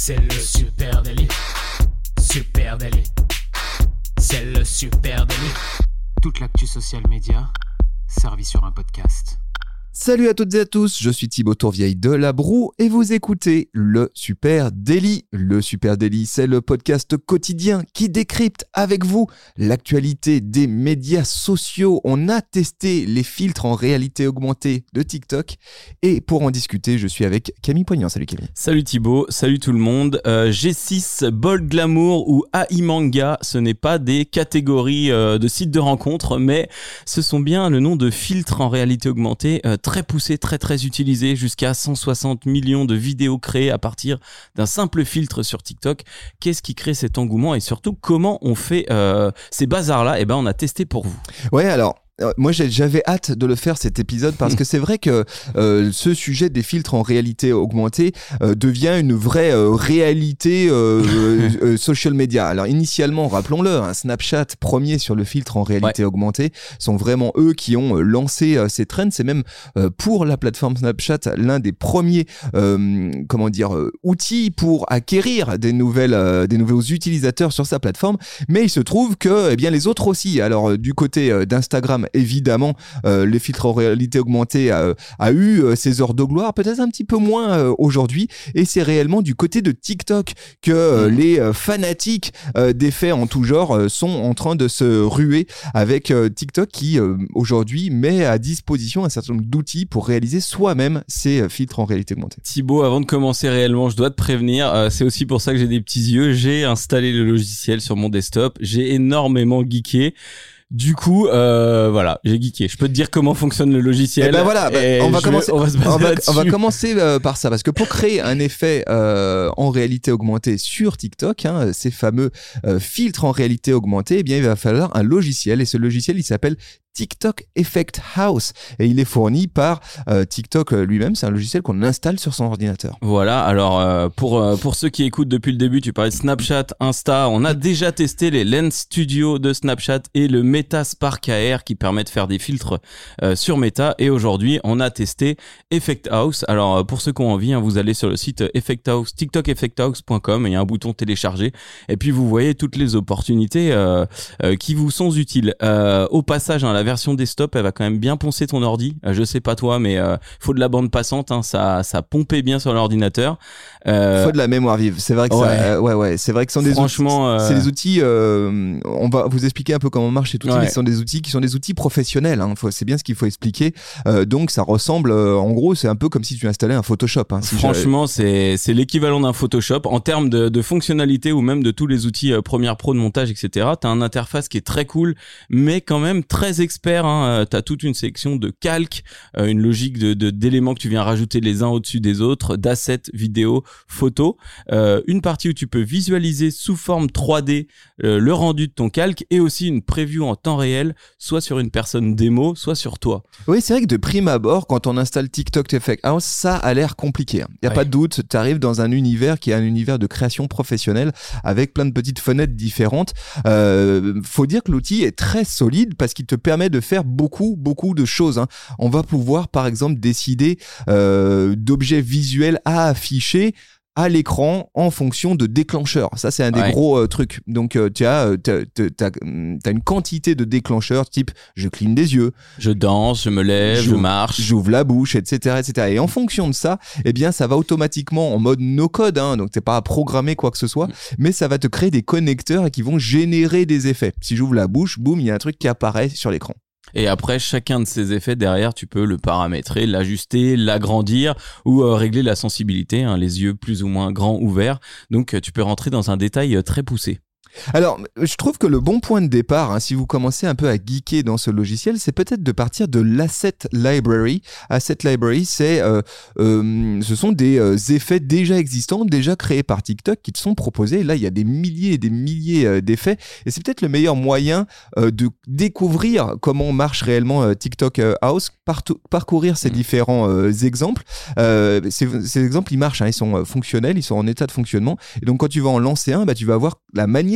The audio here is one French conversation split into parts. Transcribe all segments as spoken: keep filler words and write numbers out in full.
C'est le super délit. Super délit. C'est le super délit. Toute l'actu social média servie sur un podcast. Salut à toutes et à tous, je suis Thibaut Tourvieille de La Broue et vous écoutez le Super Daily. Le Super Daily, c'est le podcast quotidien qui décrypte avec vous l'actualité des médias sociaux. On a testé les filtres en réalité augmentée de TikTok et pour en discuter, je suis avec Camille Poignant. Salut Camille. Salut Thibaut, salut tout le monde. Euh, G six, Bold Glamour ou A I Manga, ce n'est pas des catégories euh, de sites de rencontres, mais ce sont bien le nom de filtres en réalité augmentée euh, très poussé, très très utilisé, jusqu'à cent soixante millions de vidéos créées à partir d'un simple filtre sur TikTok. Qu'est-ce qui crée cet engouement et surtout comment on fait euh, ces bazars-là? Eh ben, on a testé pour vous. Ouais, alors. Moi, j'avais hâte de le faire cet épisode parce que c'est vrai que euh, ce sujet des filtres en réalité augmentée euh, devient une vraie euh, réalité euh, euh, social media. Alors initialement, rappelons-le, hein, Snapchat, premier sur le filtre en réalité ouais. augmentée, sont vraiment eux qui ont lancé euh, ces trends. C'est même euh, pour la plateforme Snapchat l'un des premiers euh, comment dire euh, outils pour acquérir des nouvelles euh, des nouveaux utilisateurs sur sa plateforme. Mais il se trouve que eh bien les autres aussi. Alors euh, du côté euh, d'Instagram, évidemment, euh, le filtre en réalité augmentée a, a eu euh, ses heures de gloire, peut-être un petit peu moins euh, aujourd'hui, et c'est réellement du côté de TikTok que euh, mmh. les euh, fanatiques euh, d'effets en tout genre euh, sont en train de se ruer avec euh, TikTok qui euh, aujourd'hui met à disposition un certain nombre d'outils pour réaliser soi-même ces euh, filtres en réalité augmentée. Thibaut, avant de commencer réellement, je dois te prévenir, euh, c'est aussi pour ça que j'ai des petits yeux, j'ai installé le logiciel sur mon desktop, j'ai énormément geeké. Du coup, euh, voilà, j'ai geeké. Je peux te dire comment fonctionne le logiciel. Et ben voilà, bah, on, va je, commencer, on, va on, va, on va commencer euh, par ça, parce que pour créer un effet euh, en réalité augmentée sur TikTok, hein, ces fameux euh, filtres en réalité augmentée, eh bien, il va falloir un logiciel, et ce logiciel, il s'appelle TikTok Effect House et il est fourni par euh, TikTok lui-même. C'est un logiciel qu'on installe sur son ordinateur. Voilà, alors euh, pour, euh, pour ceux qui écoutent depuis le début, tu parlais de Snapchat, Insta, on a déjà testé les Lens Studio de Snapchat et le Meta Spark A R qui permet de faire des filtres euh, sur Meta, et aujourd'hui on a testé Effect House. Alors euh, pour ceux qui ont envie, hein, vous allez sur le site Effect House, tiktok effect house point com, et il y a un bouton télécharger et puis vous voyez toutes les opportunités euh, euh, qui vous sont utiles. Euh, au passage, hein, la version desktop, elle va quand même bien poncer ton ordi. Euh, je sais pas toi, mais euh, faut de la bande passante, hein, ça, ça pompait bien sur l'ordinateur. Euh, faut de la mémoire vive. C'est vrai que ouais. ça, euh, ouais, ouais, c'est vrai que ce sont des Franchement, outils. Euh... C'est des outils. Euh, on va vous expliquer un peu comment marche cet outil. Ouais. Mais ce sont des outils qui sont des outils professionnels. Hein, faut, c'est bien ce qu'il faut expliquer. Euh, donc ça ressemble, euh, en gros, c'est un peu comme si tu installais un Photoshop. Hein, si Franchement, c'est c'est l'équivalent d'un Photoshop en termes de, de fonctionnalité ou même de tous les outils euh, Premiere Pro de montage, et cetera. T'as une interface qui est très cool, mais quand même très expert. Hein. T'as toute une section de calque, euh, une logique de, de d'éléments que tu viens rajouter les uns au-dessus des autres, d'assets, vidéos, photos, euh, une partie où tu peux visualiser sous forme trois D euh, le rendu de ton calque, et aussi une preview en temps réel, soit sur une personne démo, soit sur toi. Oui, c'est vrai que de prime abord, quand on installe TikTok Effect House, ça a l'air compliqué. Il hein. n'y a ouais. pas de doute, tu arrives dans un univers qui est un univers de création professionnelle avec plein de petites fenêtres différentes. Euh, faut dire que l'outil est très solide parce qu'il te permet de faire beaucoup, beaucoup de choses. Hein. On va pouvoir, par exemple, décider euh, d'objets visuels à afficher à l'écran en fonction de déclencheurs. Ça, c'est un des ouais. gros euh, trucs. Donc, euh, tu as, t'as, t'as, t'as une quantité de déclencheurs type je cligne des yeux, je danse, je me lève, je marche, j'ouvre la bouche, et cetera, et cetera. Et en fonction de ça, eh bien, ça va automatiquement en mode no code. Hein, donc, t'es pas à programmer quoi que ce soit, mmh. mais ça va te créer des connecteurs qui vont générer des effets. Si j'ouvre la bouche, boum, il y a un truc qui apparaît sur l'écran. Et après, chacun de ces effets, derrière, tu peux le paramétrer, l'ajuster, l'agrandir ou euh, régler la sensibilité, hein, les yeux plus ou moins grands ouverts. Donc, tu peux rentrer dans un détail très poussé. Alors, je trouve que le bon point de départ, hein, si vous commencez un peu à geeker dans ce logiciel, c'est peut-être de partir de l'Asset Library. Asset Library, c'est, euh, euh, ce sont des euh, effets déjà existants, déjà créés par TikTok, qui te sont proposés. Là, il y a des milliers et des milliers euh, d'effets, et c'est peut-être le meilleur moyen euh, de découvrir comment marche réellement euh, TikTok euh, House, partou- parcourir ces différents euh, exemples. Euh, ces, ces exemples, ils marchent, hein, ils sont euh, fonctionnels, ils sont en état de fonctionnement. Et donc, quand tu vas en lancer un, bah, tu vas voir la manière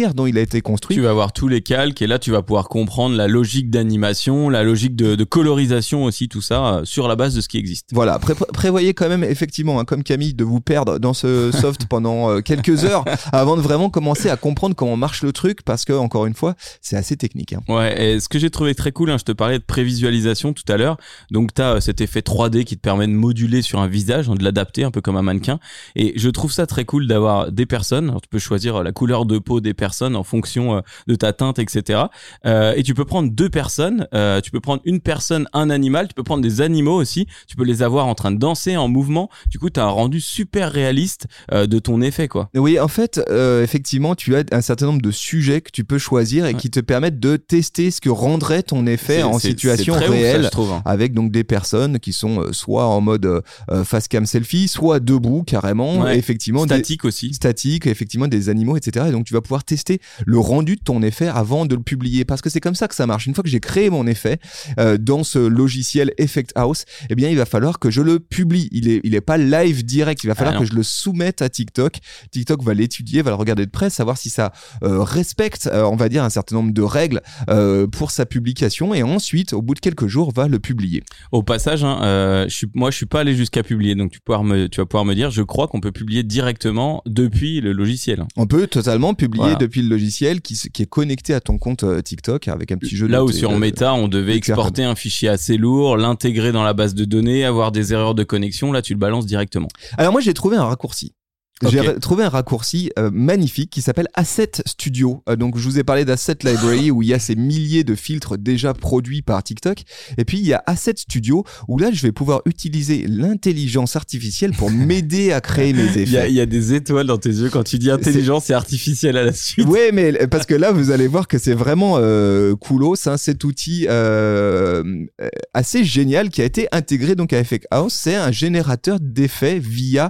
manière dont il a été construit. Tu vas voir tous les calques et là tu vas pouvoir comprendre la logique d'animation, la logique de, de colorisation aussi, tout ça euh, sur la base de ce qui existe. Voilà, pré- prévoyez quand même effectivement, hein, comme Camille, de vous perdre dans ce soft pendant euh, quelques heures avant de vraiment commencer à comprendre comment marche le truc, parce que encore une fois, c'est assez technique. Hein. Ouais, et ce que j'ai trouvé très cool, hein, je te parlais de prévisualisation tout à l'heure, donc t'as euh, cet effet trois D qui te permet de moduler sur un visage, hein, de l'adapter un peu comme un mannequin, et je trouve ça très cool d'avoir des personnes. Alors, tu peux choisir la couleur de peau des personnes en fonction euh, de ta teinte, et cetera. Euh, et tu peux prendre deux personnes, euh, tu peux prendre une personne, un animal, tu peux prendre des animaux aussi, tu peux les avoir en train de danser en mouvement. Du coup, t'as un rendu super réaliste euh, de ton effet, quoi. Oui, en fait, euh, effectivement, tu as un certain nombre de sujets que tu peux choisir et ouais. qui te permettent de tester ce que rendrait ton effet c'est, en c'est, situation c'est réelle, ouf, ça, je trouve, hein. Avec donc des personnes qui sont euh, soit en mode euh, face cam selfie, soit debout carrément, ouais. effectivement, statique des, aussi, statique, effectivement des animaux, et cetera. Et donc tu vas pouvoir tester le rendu de ton effet avant de le publier, parce que c'est comme ça que ça marche. Une fois que j'ai créé mon effet euh, dans ce logiciel Effect House, eh bien il va falloir que je le publie. Il est, il est pas live direct. Il va falloir ah, que je le soumette à TikTok. TikTok va l'étudier, va le regarder de près, savoir si ça euh, respecte, euh, on va dire, un certain nombre de règles euh, pour sa publication, et ensuite, au bout de quelques jours, va le publier. Au passage, hein, euh, je suis, moi, je suis pas allé jusqu'à publier, donc tu, pouvoir me, tu vas pouvoir me dire, je crois qu'on peut publier directement depuis le logiciel. On peut totalement publier voilà. depuis le logiciel qui, qui est connecté à ton compte euh, TikTok avec un petit jeu. Là de, où sur de, Meta, on devait exporter un fichier assez lourd, l'intégrer dans la base de données, avoir des erreurs de connexion. Là, tu le balances directement. Alors moi, j'ai trouvé un raccourci. Okay. J'ai trouvé un raccourci euh, magnifique qui s'appelle Asset Studio. Euh, donc je vous ai parlé d'Asset Library où il y a ces milliers de filtres déjà produits par TikTok. Et puis il y a Asset Studio où là je vais pouvoir utiliser l'intelligence artificielle pour m'aider à créer mes effets. Il y a, il y a des étoiles dans tes yeux quand tu dis intelligence et artificielle à la suite. Ouais, mais parce que là vous allez voir que c'est vraiment euh, coolos, hein, cet outil euh, assez génial qui a été intégré donc à Effect House. C'est un générateur d'effets via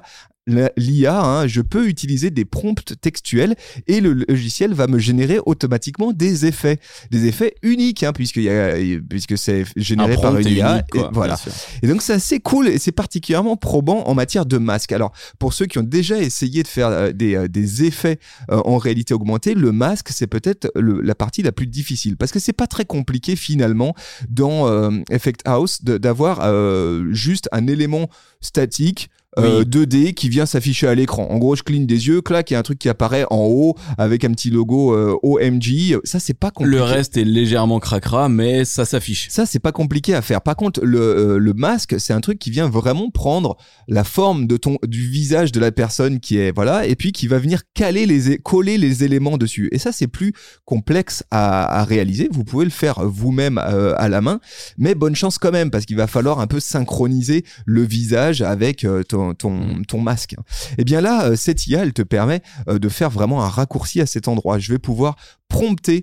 l'I A, hein, je peux utiliser des prompts textuels et le logiciel va me générer automatiquement des effets, des effets uniques, hein, puisque, y a, puisque c'est généré par une I A. Unique, quoi, et, voilà. Et donc c'est assez cool et c'est particulièrement probant en matière de masque. Alors pour ceux qui ont déjà essayé de faire euh, des, euh, des effets euh, en réalité augmentée, le masque c'est peut-être le, la partie la plus difficile parce que c'est pas très compliqué finalement dans euh, Effect House de, d'avoir euh, juste un élément statique. Euh, oui. deux D qui vient s'afficher à l'écran. En gros, je cligne des yeux, clac, il y a un truc qui apparaît en haut avec un petit logo euh, O M G. Ça, c'est pas compliqué. Le reste est légèrement cracra, mais ça s'affiche. Ça, c'est pas compliqué à faire. Par contre, le, euh, le masque, c'est un truc qui vient vraiment prendre la forme de ton, du visage de la personne qui est, voilà, et puis qui va venir caler les, coller les éléments dessus. Et ça, c'est plus complexe à, à réaliser. Vous pouvez le faire vous-même euh, à la main, mais bonne chance quand même, parce qu'il va falloir un peu synchroniser le visage avec euh, ton Ton, ton masque. Et bien là, cette I A, elle te permet de faire vraiment un raccourci à cet endroit. Je vais pouvoir prompter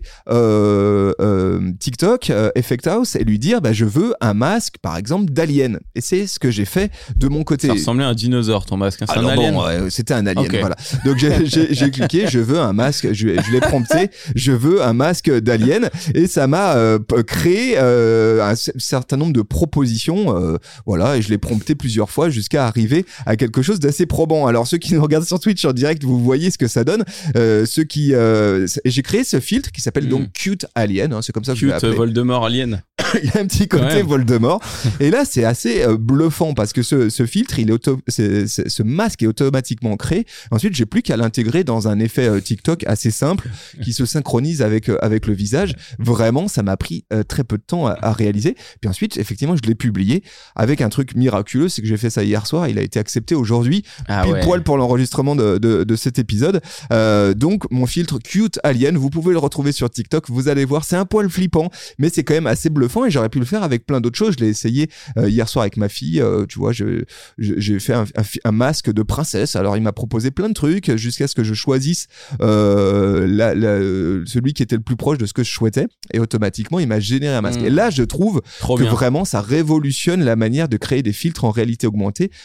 euh, euh, TikTok, euh, Effect House et lui dire bah, je veux un masque par exemple d'alien. Et c'est ce que j'ai fait de mon côté. Ça ressemblait à un dinosaure ton masque, hein. C'est Alors un alien. Bon, ouais, c'était un alien, okay. Voilà. Donc j'ai, j'ai, j'ai cliqué, je veux un masque, je, je l'ai prompté, je veux un masque d'alien et ça m'a euh, créé euh, un certain nombre de propositions, euh, voilà, et je l'ai prompté plusieurs fois jusqu'à arriver à quelque chose d'assez probant. Alors ceux qui nous regardent sur Twitch en direct, vous voyez ce que ça donne. Euh, ceux qui, euh, j'ai créé ce filtre qui s'appelle mmh. donc Cute Alien, hein, c'est comme ça que Cute je l'ai appelé. Voldemort Alien. Il y a un petit côté Voldemort. Et là, c'est assez euh, bluffant parce que ce, ce filtre, il est auto, c'est, c'est, ce masque est automatiquement créé. Ensuite, j'ai plus qu'à l'intégrer dans un effet euh, TikTok assez simple qui se synchronise avec euh, avec le visage. Vraiment, ça m'a pris euh, très peu de temps à, à réaliser. Puis ensuite, effectivement, je l'ai publié avec un truc miraculeux, c'est que j'ai fait ça hier soir. Il a été accepté aujourd'hui, ah pile ouais. poil pour l'enregistrement de, de, de cet épisode. Euh, donc, mon filtre Cute Alien, vous pouvez le retrouver sur TikTok. Vous allez voir, c'est un poil flippant, mais c'est quand même assez bluffant. Et j'aurais pu le faire avec plein d'autres choses. Je l'ai essayé euh, hier soir avec ma fille. Euh, tu vois, je, je, j'ai fait un, un, un masque de princesse. Alors, il m'a proposé plein de trucs jusqu'à ce que je choisisse euh, la, la, celui qui était le plus proche de ce que je souhaitais. Et automatiquement, il m'a généré un masque. Mmh. Et là, je trouve Trop que bien. Vraiment, ça révolutionne la manière de créer des filtres en réalité augmentée. Parce que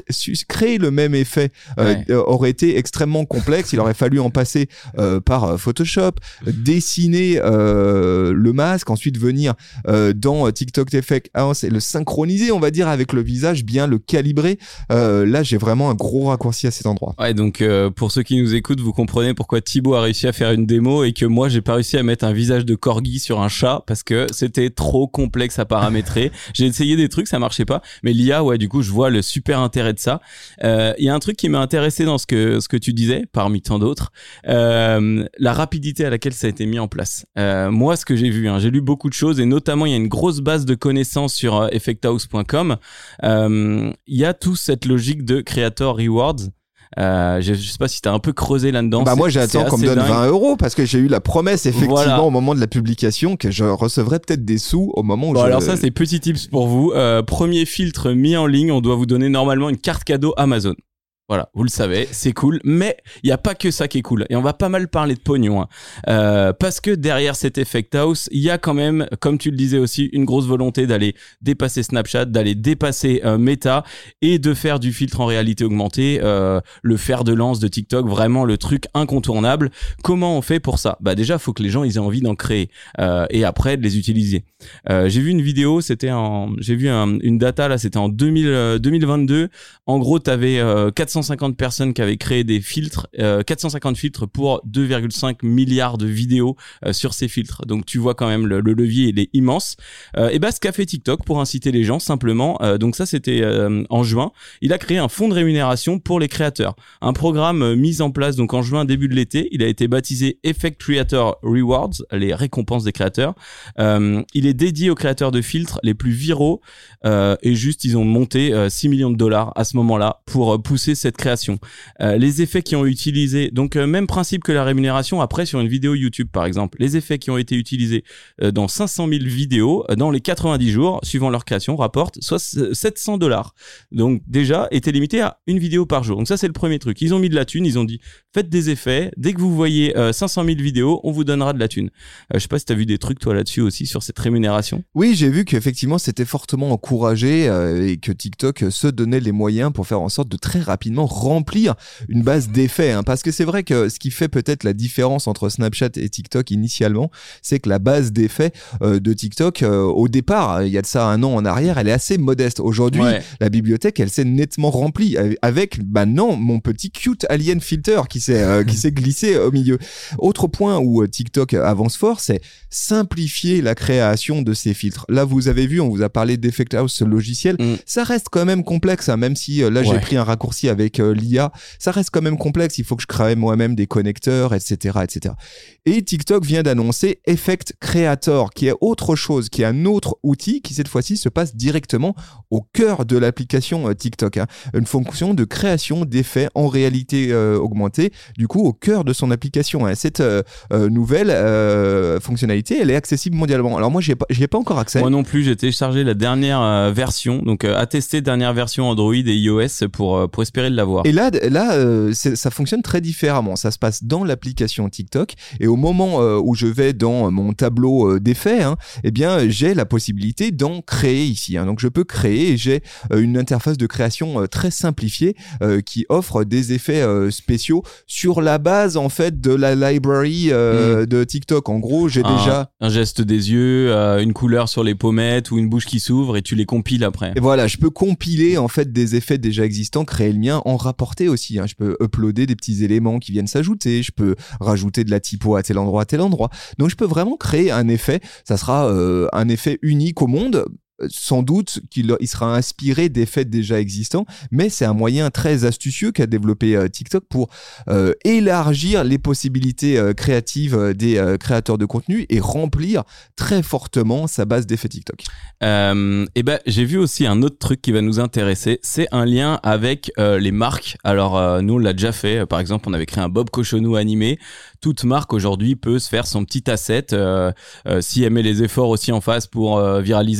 créer le même effet euh, Ouais. euh, aurait été extrêmement complexe. Il aurait fallu en passer euh, par euh, Photoshop, dessiner euh, le masque, ensuite venir euh, dans TikTok Effect House et le synchroniser, on va dire, avec le visage, bien le calibrer. Euh, là, j'ai vraiment un gros raccourci à cet endroit. Ouais, donc euh, pour ceux qui nous écoutent, vous comprenez pourquoi Thibaut a réussi à faire une démo et que moi j'ai pas réussi à mettre un visage de corgi sur un chat parce que c'était trop complexe à paramétrer. J'ai essayé des trucs, ça marchait pas. Mais l'I A, ouais, du coup, je vois le super intérêt de ça. Il euh, y a un truc qui m'a intéressé dans ce que ce que tu disais, parmi tant d'autres, euh, la rapidité à laquelle ça a été mis en place. Euh, moi, ce que j'ai vu, hein, j'ai lu beaucoup de choses et notamment il y a une grosse base de connaissances sur euh, effect house point com. Il euh, y a toute cette logique de creator rewards. Euh, je, je sais pas si t'as un peu creusé là-dedans. Bah c'est, moi j'attends qu'on me donne dingue. vingt euros parce que j'ai eu la promesse effectivement voilà. au moment de la publication que je recevrais peut-être des sous au moment où bon, je... alors ça c'est petit tips pour vous. Euh, premier filtre mis en ligne, on doit vous donner normalement une carte cadeau Amazon. Voilà, vous le savez, c'est cool, mais il y a pas que ça qui est cool. Et on va pas mal parler de pognon, hein. euh, parce que derrière cet Effect House, il y a quand même, comme tu le disais aussi, une grosse volonté d'aller dépasser Snapchat, d'aller dépasser euh, Meta et de faire du filtre en réalité augmentée, euh, le fer de lance de TikTok, vraiment le truc incontournable. Comment on fait pour ça ? Bah déjà, faut que les gens ils aient envie d'en créer euh, et après de les utiliser. Euh, j'ai vu une vidéo, c'était en, j'ai vu un, une data là, c'était en deux mille, euh, deux mille vingt-deux. En gros, t'avais euh, quatre cent cinquante personnes qui avaient créé des filtres, euh, quatre cent cinquante filtres pour deux virgule cinq milliards de vidéos euh, sur ces filtres. Donc tu vois quand même le, le levier, il est immense. Euh, et bah ce qu'a fait TikTok pour inciter les gens simplement, euh, donc ça c'était euh, en juin, il a créé un fonds de rémunération pour les créateurs. Un programme euh, mis en place donc en juin début de l'été, il a été baptisé Effect Creator Rewards, les récompenses des créateurs. Euh, il est dédié aux créateurs de filtres les plus viraux euh, et juste ils ont monté euh, six millions de dollars à ce moment-là pour euh, pousser cette création. Euh, les effets qui ont utilisé, donc euh, même principe que la rémunération après sur une vidéo YouTube par exemple, les effets qui ont été utilisés euh, dans cinq cent mille vidéos euh, dans les quatre-vingt-dix jours suivant leur création rapportent soit sept cents dollars. Donc déjà étaient limités à une vidéo par jour. Donc ça c'est le premier truc. Ils ont mis de la thune, ils ont dit faites des effets, dès que vous voyez euh, cinq cent mille vidéos, on vous donnera de la thune. Euh, je sais pas si tu as vu des trucs toi là-dessus aussi sur cette rémunération. Oui, j'ai vu qu'effectivement c'était fortement encouragé euh, et que TikTok se donnait les moyens pour faire en sorte de très rapidement remplir une base d'effets, hein, parce que c'est vrai que ce qui fait peut-être la différence entre Snapchat et TikTok initialement, c'est que la base d'effets euh, de TikTok euh, au départ, il y a de ça un an en arrière, elle est assez modeste. Aujourd'hui, ouais. la bibliothèque, elle s'est nettement remplie avec maintenant mon petit cute alien filter qui s'est euh, qui s'est glissé au milieu. Autre point où TikTok avance fort, c'est simplifier la création de ces filtres. Là, vous avez vu, on vous a parlé d'Effect House, ce logiciel, mm. ça reste quand même complexe, hein, même si euh, là ouais. j'ai pris un raccourci avec euh, l'I A, ça reste quand même complexe, il faut que je crée moi-même des connecteurs, et cetera, et cetera. Et TikTok vient d'annoncer Effect Creator, qui est autre chose, qui est un autre outil qui cette fois-ci se passe directement au cœur de l'application euh, TikTok, hein. Une fonction de création d'effets en réalité euh, augmentée, du coup au cœur de son application, hein. Cette euh, euh, nouvelle euh, fonctionnalité, elle est accessible mondialement. Alors moi, j'y ai pas, j'y ai pas encore accès. Moi non plus, j'ai téléchargé la dernière euh, version, donc euh, à tester dernière version Android et iOS pour euh, pour espérer l'avoir. Et là, là, euh, ça fonctionne très différemment. Ça se passe dans l'application TikTok et au moment euh, où je vais dans mon tableau euh, d'effets, hein, eh bien, j'ai la possibilité d'en créer ici, hein. Donc, je peux créer et j'ai euh, une interface de création euh, très simplifiée euh, qui offre des effets euh, spéciaux sur la base en fait de la library euh, mmh. de TikTok. En gros, j'ai un, déjà un geste des yeux, euh, une couleur sur les pommettes ou une bouche qui s'ouvre et tu les compiles après. Et voilà, je peux compiler en fait des effets déjà existants, créer le mien, en rapporter aussi, hein. Je peux uploader des petits éléments qui viennent s'ajouter, je peux rajouter de la typo à tel endroit, à tel endroit. Donc je peux vraiment créer un effet, ça sera euh, un effet unique au monde. Sans doute qu'il il sera inspiré d'effets déjà existants, mais c'est un moyen très astucieux qu'a développé euh, TikTok pour euh, élargir les possibilités euh, créatives euh, des euh, créateurs de contenu et remplir très fortement sa base d'effets TikTok. Euh, et ben j'ai vu aussi un autre truc qui va nous intéresser, c'est un lien avec euh, les marques. Alors euh, nous on l'a déjà fait, par exemple on avait créé un Bob Cochonou animé. Toute marque aujourd'hui peut se faire son petit asset euh, euh, si elle met les efforts aussi en face pour euh, viraliser, pour en parler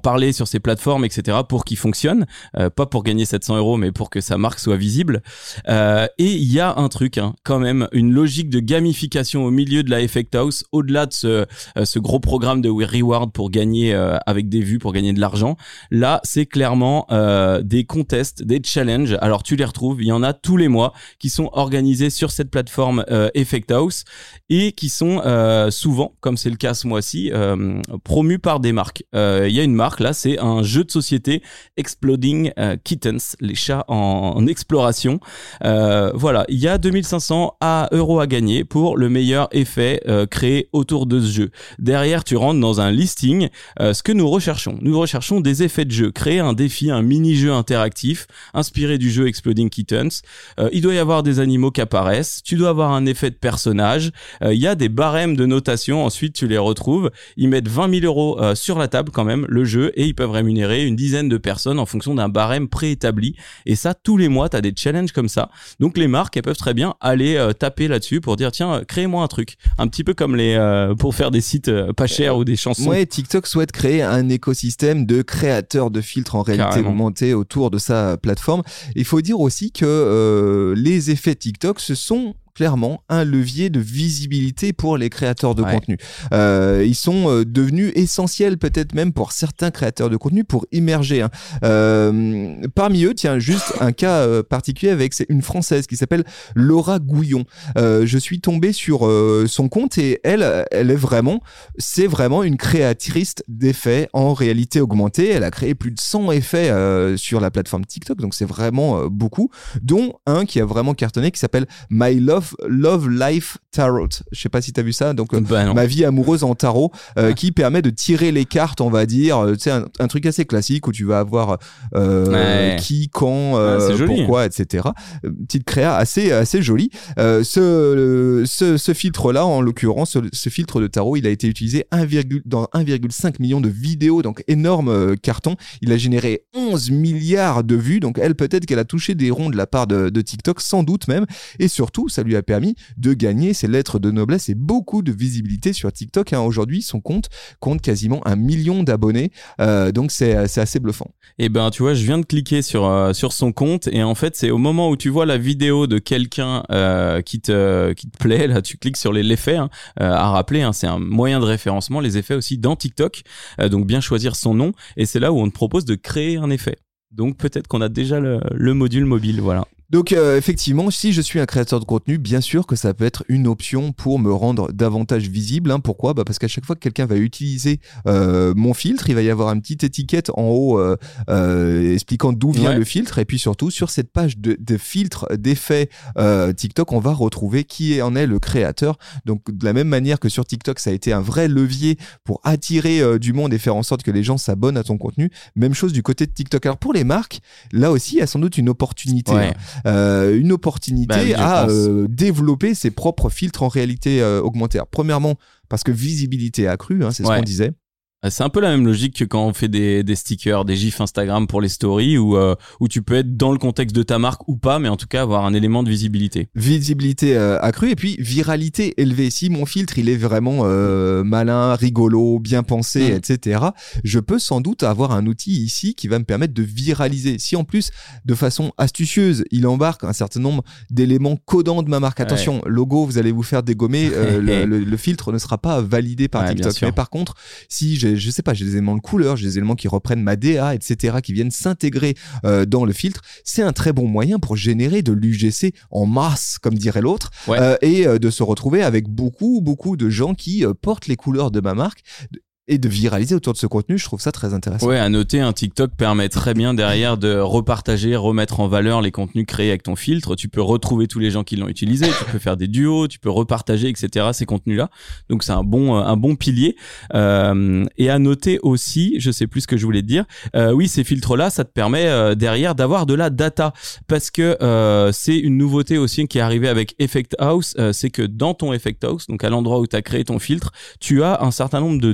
parler sur ces plateformes, et cetera, pour qu'ils fonctionnent, euh, pas pour gagner sept cents euros, mais pour que sa marque soit visible. Euh, et il y a un truc, hein, quand même, une logique de gamification au milieu de la Effect House, au-delà de ce, euh, ce gros programme de reward pour gagner euh, avec des vues, pour gagner de l'argent. Là, c'est clairement euh, des contests, des challenges. Alors, tu les retrouves, il y en a tous les mois qui sont organisés sur cette plateforme euh, Effect House et qui sont euh, souvent, comme c'est le cas ce mois-ci, euh, promus par des marques. Euh, Il y a une marque, là, c'est un jeu de société Exploding euh, Kittens, les chats en, en exploration. Euh, voilà, il y a deux mille cinq cents euros à gagner pour le meilleur effet euh, créé autour de ce jeu. Derrière, tu rentres dans un listing, euh, ce que nous recherchons. Nous recherchons des effets de jeu, créer un défi, un mini-jeu interactif inspiré du jeu Exploding Kittens. Euh, il doit y avoir des animaux qui apparaissent, tu dois avoir un effet de personnage, euh, il y a des barèmes de notation, ensuite tu les retrouves. Ils mettent vingt mille euros euh, sur la table quand même, le jeu, et ils peuvent rémunérer une dizaine de personnes en fonction d'un barème préétabli. Et ça, tous les mois, tu as des challenges comme ça. Donc les marques, elles peuvent très bien aller euh, taper là-dessus pour dire tiens, euh, créez-moi un truc. Un petit peu comme les euh, pour faire des sites euh, pas chers ou des chansons. Ouais, TikTok souhaite créer un écosystème de créateurs de filtres en réalité Carrément. augmentée autour de sa plateforme. Il faut dire aussi que euh, les effets TikTok, ce sont clairement un levier de visibilité pour les créateurs de ouais. contenu. Euh, ils sont euh, devenus essentiels peut-être même pour certains créateurs de contenu pour immerger. Hein. Euh, parmi eux, tiens, juste un cas euh, particulier avec c'est une Française qui s'appelle Laura Gouillon. Euh, je suis tombé sur euh, son compte et elle, elle est vraiment, c'est vraiment une créatrice d'effets en réalité augmentée. Elle a créé plus de cent effets euh, sur la plateforme TikTok, donc c'est vraiment euh, beaucoup, dont un qui a vraiment cartonné qui s'appelle My Love Love Life Tarot. Je sais pas si tu as vu ça. Donc, euh, bah ma vie amoureuse en tarot, euh, ouais. qui permet de tirer les cartes, on va dire. Euh, tu sais, un, un truc assez classique où tu vas avoir euh, ouais. qui, quand, euh, ouais, pourquoi, et cetera. Petite créa assez, assez jolie. Euh, ce, ce, ce filtre-là, en l'occurrence, ce, ce filtre de tarot, il a été utilisé un, dans un virgule cinq million de vidéos, donc énorme euh, carton. Il a généré onze milliards de vues. Donc, elle, peut-être qu'elle a touché des ronds de la part de, de TikTok, sans doute même. Et surtout, ça lui a permis de gagner ses lettres de noblesse et beaucoup de visibilité sur TikTok. Hein. Aujourd'hui, son compte compte quasiment un million d'abonnés. Euh, donc, c'est, c'est assez bluffant. Et ben, tu vois, je viens de cliquer sur, euh, sur son compte et en fait, c'est au moment où tu vois la vidéo de quelqu'un euh, qui, te, qui te plaît, là, tu cliques sur les effets. Hein, euh, à rappeler, hein, c'est un moyen de référencement, les effets aussi dans TikTok. Euh, donc, bien choisir son nom et c'est là où on te propose de créer un effet. Donc, peut-être qu'on a déjà le, le module mobile, voilà. Donc euh, effectivement, si je suis un créateur de contenu, bien sûr que ça peut être une option pour me rendre davantage visible. Hein. Pourquoi ? Bah parce qu'à chaque fois que quelqu'un va utiliser euh, mon filtre, il va y avoir une petite étiquette en haut euh, euh, expliquant d'où vient ouais. le filtre. Et puis surtout, sur cette page de, de filtres, d'effets euh, TikTok, on va retrouver qui en est le créateur. Donc de la même manière que sur TikTok, ça a été un vrai levier pour attirer euh, du monde et faire en sorte que les gens s'abonnent à ton contenu. Même chose du côté de TikTok. Alors pour les marques, là aussi, il y a sans doute une opportunité. Ouais. Hein. Euh, une opportunité bah oui, à euh, développer ses propres filtres en réalité euh, augmentée. Alors, premièrement, parce que visibilité accrue, hein, c'est ouais. ce qu'on disait. C'est un peu la même logique que quand on fait des, des stickers, des gifs Instagram pour les stories où, euh, où tu peux être dans le contexte de ta marque ou pas, mais en tout cas avoir un élément de visibilité. Visibilité euh, accrue et puis viralité élevée. Si mon filtre il est vraiment euh, malin, rigolo, bien pensé, mmh. et cetera, je peux sans doute avoir un outil ici qui va me permettre de viraliser. Si en plus, de façon astucieuse, il embarque un certain nombre d'éléments codants de ma marque. Attention, ouais. logo, vous allez vous faire dégommer, euh, le, le, le filtre ne sera pas validé par ouais, TikTok. Mais par contre, si j'ai je sais pas, j'ai des éléments de couleur, j'ai des éléments qui reprennent ma D A, et cetera, qui viennent s'intégrer euh, dans le filtre. C'est un très bon moyen pour générer de l'U G C en masse, comme dirait l'autre, ouais. euh, et euh, de se retrouver avec beaucoup, beaucoup de gens qui euh, portent les couleurs de ma marque. Et de viraliser autour de ce contenu, je trouve ça très intéressant. Ouais, à noter, un TikTok permet très bien derrière de repartager, remettre en valeur les contenus créés avec ton filtre. Tu peux retrouver tous les gens qui l'ont utilisé, tu peux faire des duos, tu peux repartager, et cetera ces contenus-là. Donc c'est un bon, un bon pilier. Euh, et à noter aussi, je sais plus ce que je voulais te dire. Euh, oui, ces filtres-là, ça te permet euh, derrière d'avoir de la data, parce que euh, c'est une nouveauté aussi qui est arrivée avec Effect House. Euh, c'est que dans ton Effect House, donc à l'endroit où tu as créé ton filtre, tu as un certain nombre de data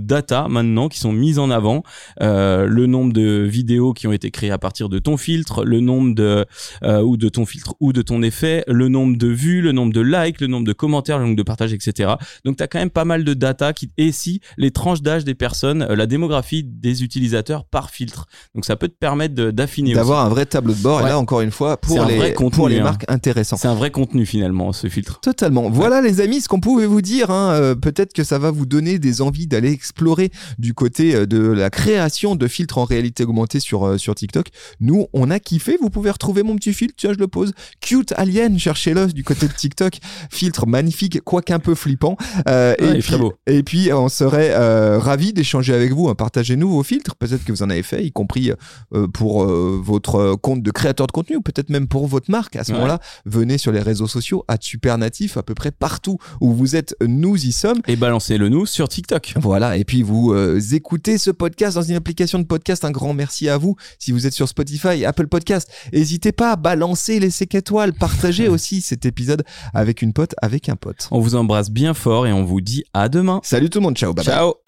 data maintenant qui sont mises en avant, euh, le nombre de vidéos qui ont été créées à partir de ton filtre, le nombre de euh, ou de ton filtre ou de ton effet, le nombre de vues, le nombre de likes, le nombre de commentaires, le nombre de partages, et cetera. Donc t'as quand même pas mal de data qui et si les tranches d'âge des personnes, euh, la démographie des utilisateurs par filtre. Donc ça peut te permettre de, d'affiner d'avoir aussi. un vrai tableau de bord. Ouais. Et là encore une fois pour C'est les contenu, pour les hein. marques intéressant. C'est un vrai contenu finalement ce filtre. Totalement. Voilà les amis, ce qu'on pouvait vous dire. Hein. Euh, peut-être que ça va vous donner des envies d'aller explorer du côté de la création de filtres en réalité augmentée sur euh, sur TikTok. Nous, on a kiffé. Vous pouvez retrouver mon petit filtre. Tiens, je le pose. Cute Alien, cherchez-le du côté de TikTok. Filtre magnifique, quoique un peu flippant. Euh, Ouais, et, il est puis, très beau. et puis, on serait euh, ravis d'échanger avec vous. Hein. Partagez-nous vos filtres. Peut-être que vous en avez fait, y compris euh, pour euh, votre compte de créateur de contenu ou peut-être même pour votre marque. À ce Ouais. moment-là, venez sur les réseaux sociaux à Supernatif, à peu près partout où vous êtes, nous y sommes. Et balancez-le nous sur TikTok. Voilà, et puis vous euh, écoutez ce podcast dans une application de podcast. Un grand merci à vous. Si vous êtes sur Spotify, Apple Podcast, n'hésitez pas à balancer les cinq étoiles. Partagez aussi cet épisode avec une pote, avec un pote. On vous embrasse bien fort et on vous dit à demain. Salut tout le monde, ciao, bye bye. Ciao.